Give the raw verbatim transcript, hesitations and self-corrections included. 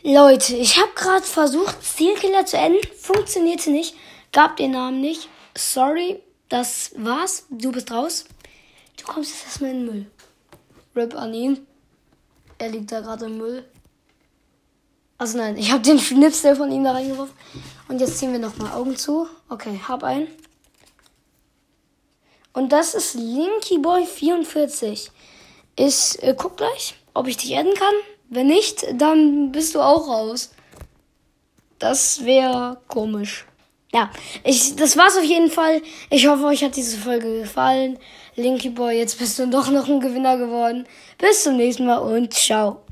Leute, ich habe gerade versucht, Serial zu enden. Funktionierte nicht. Gab den Namen nicht. Sorry, das war's. Du bist raus. Du kommst jetzt erstmal in den Müll. Rip an ihn. Er liegt da gerade im Müll. Also nein, ich habe den Schnipsel von ihm da reingeworfen. Und jetzt ziehen wir nochmal Augen zu. Okay, hab einen. Und das ist Linky Boy vierundvierzig. Ich äh, guck gleich, ob ich dich adden kann. Wenn nicht, dann bist du auch raus. Das wäre komisch. Ja, ich, das war's auf jeden Fall. Ich hoffe, euch hat diese Folge gefallen. Linky Boy, jetzt bist du doch noch ein Gewinner geworden. Bis zum nächsten Mal und ciao.